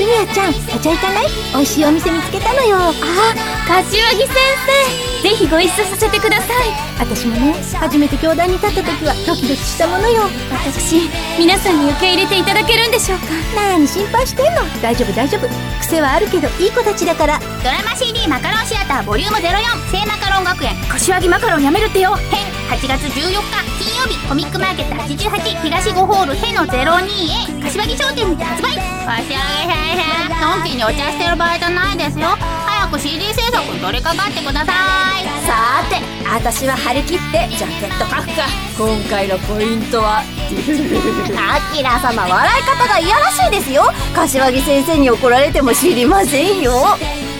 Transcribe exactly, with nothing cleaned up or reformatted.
ルミアちゃん、お茶行かない？美味しいお店見つけたのよ。 あ、柏木先生、ぜひご一緒させてください。 私もね、初めて教壇に立った時はドキドキしたものよ。 私、皆さんに受け入れていただけるんでしょうか？ なーに心配してんの。大丈夫大丈夫、癖はあるけどいい子たちだから。 ドラマ シーディー マカロンシアターボリュームゼロよん聖マカロン学園柏木マカロンやめるってよ編はちがつじゅうよっか金曜日、コミックマーケットはちじゅうはち東ごホールへのゼロにへ柏木商店にて発売。柏木先生、のんきにお茶してる場合じゃないですよ。早く シーディー 制作に取り掛かってください。 さーて、私は張り切ってジャケット書くか。今回のポイントはアキラ様、笑い方がいやらしいですよ。柏木先生に怒られても知りませんよ。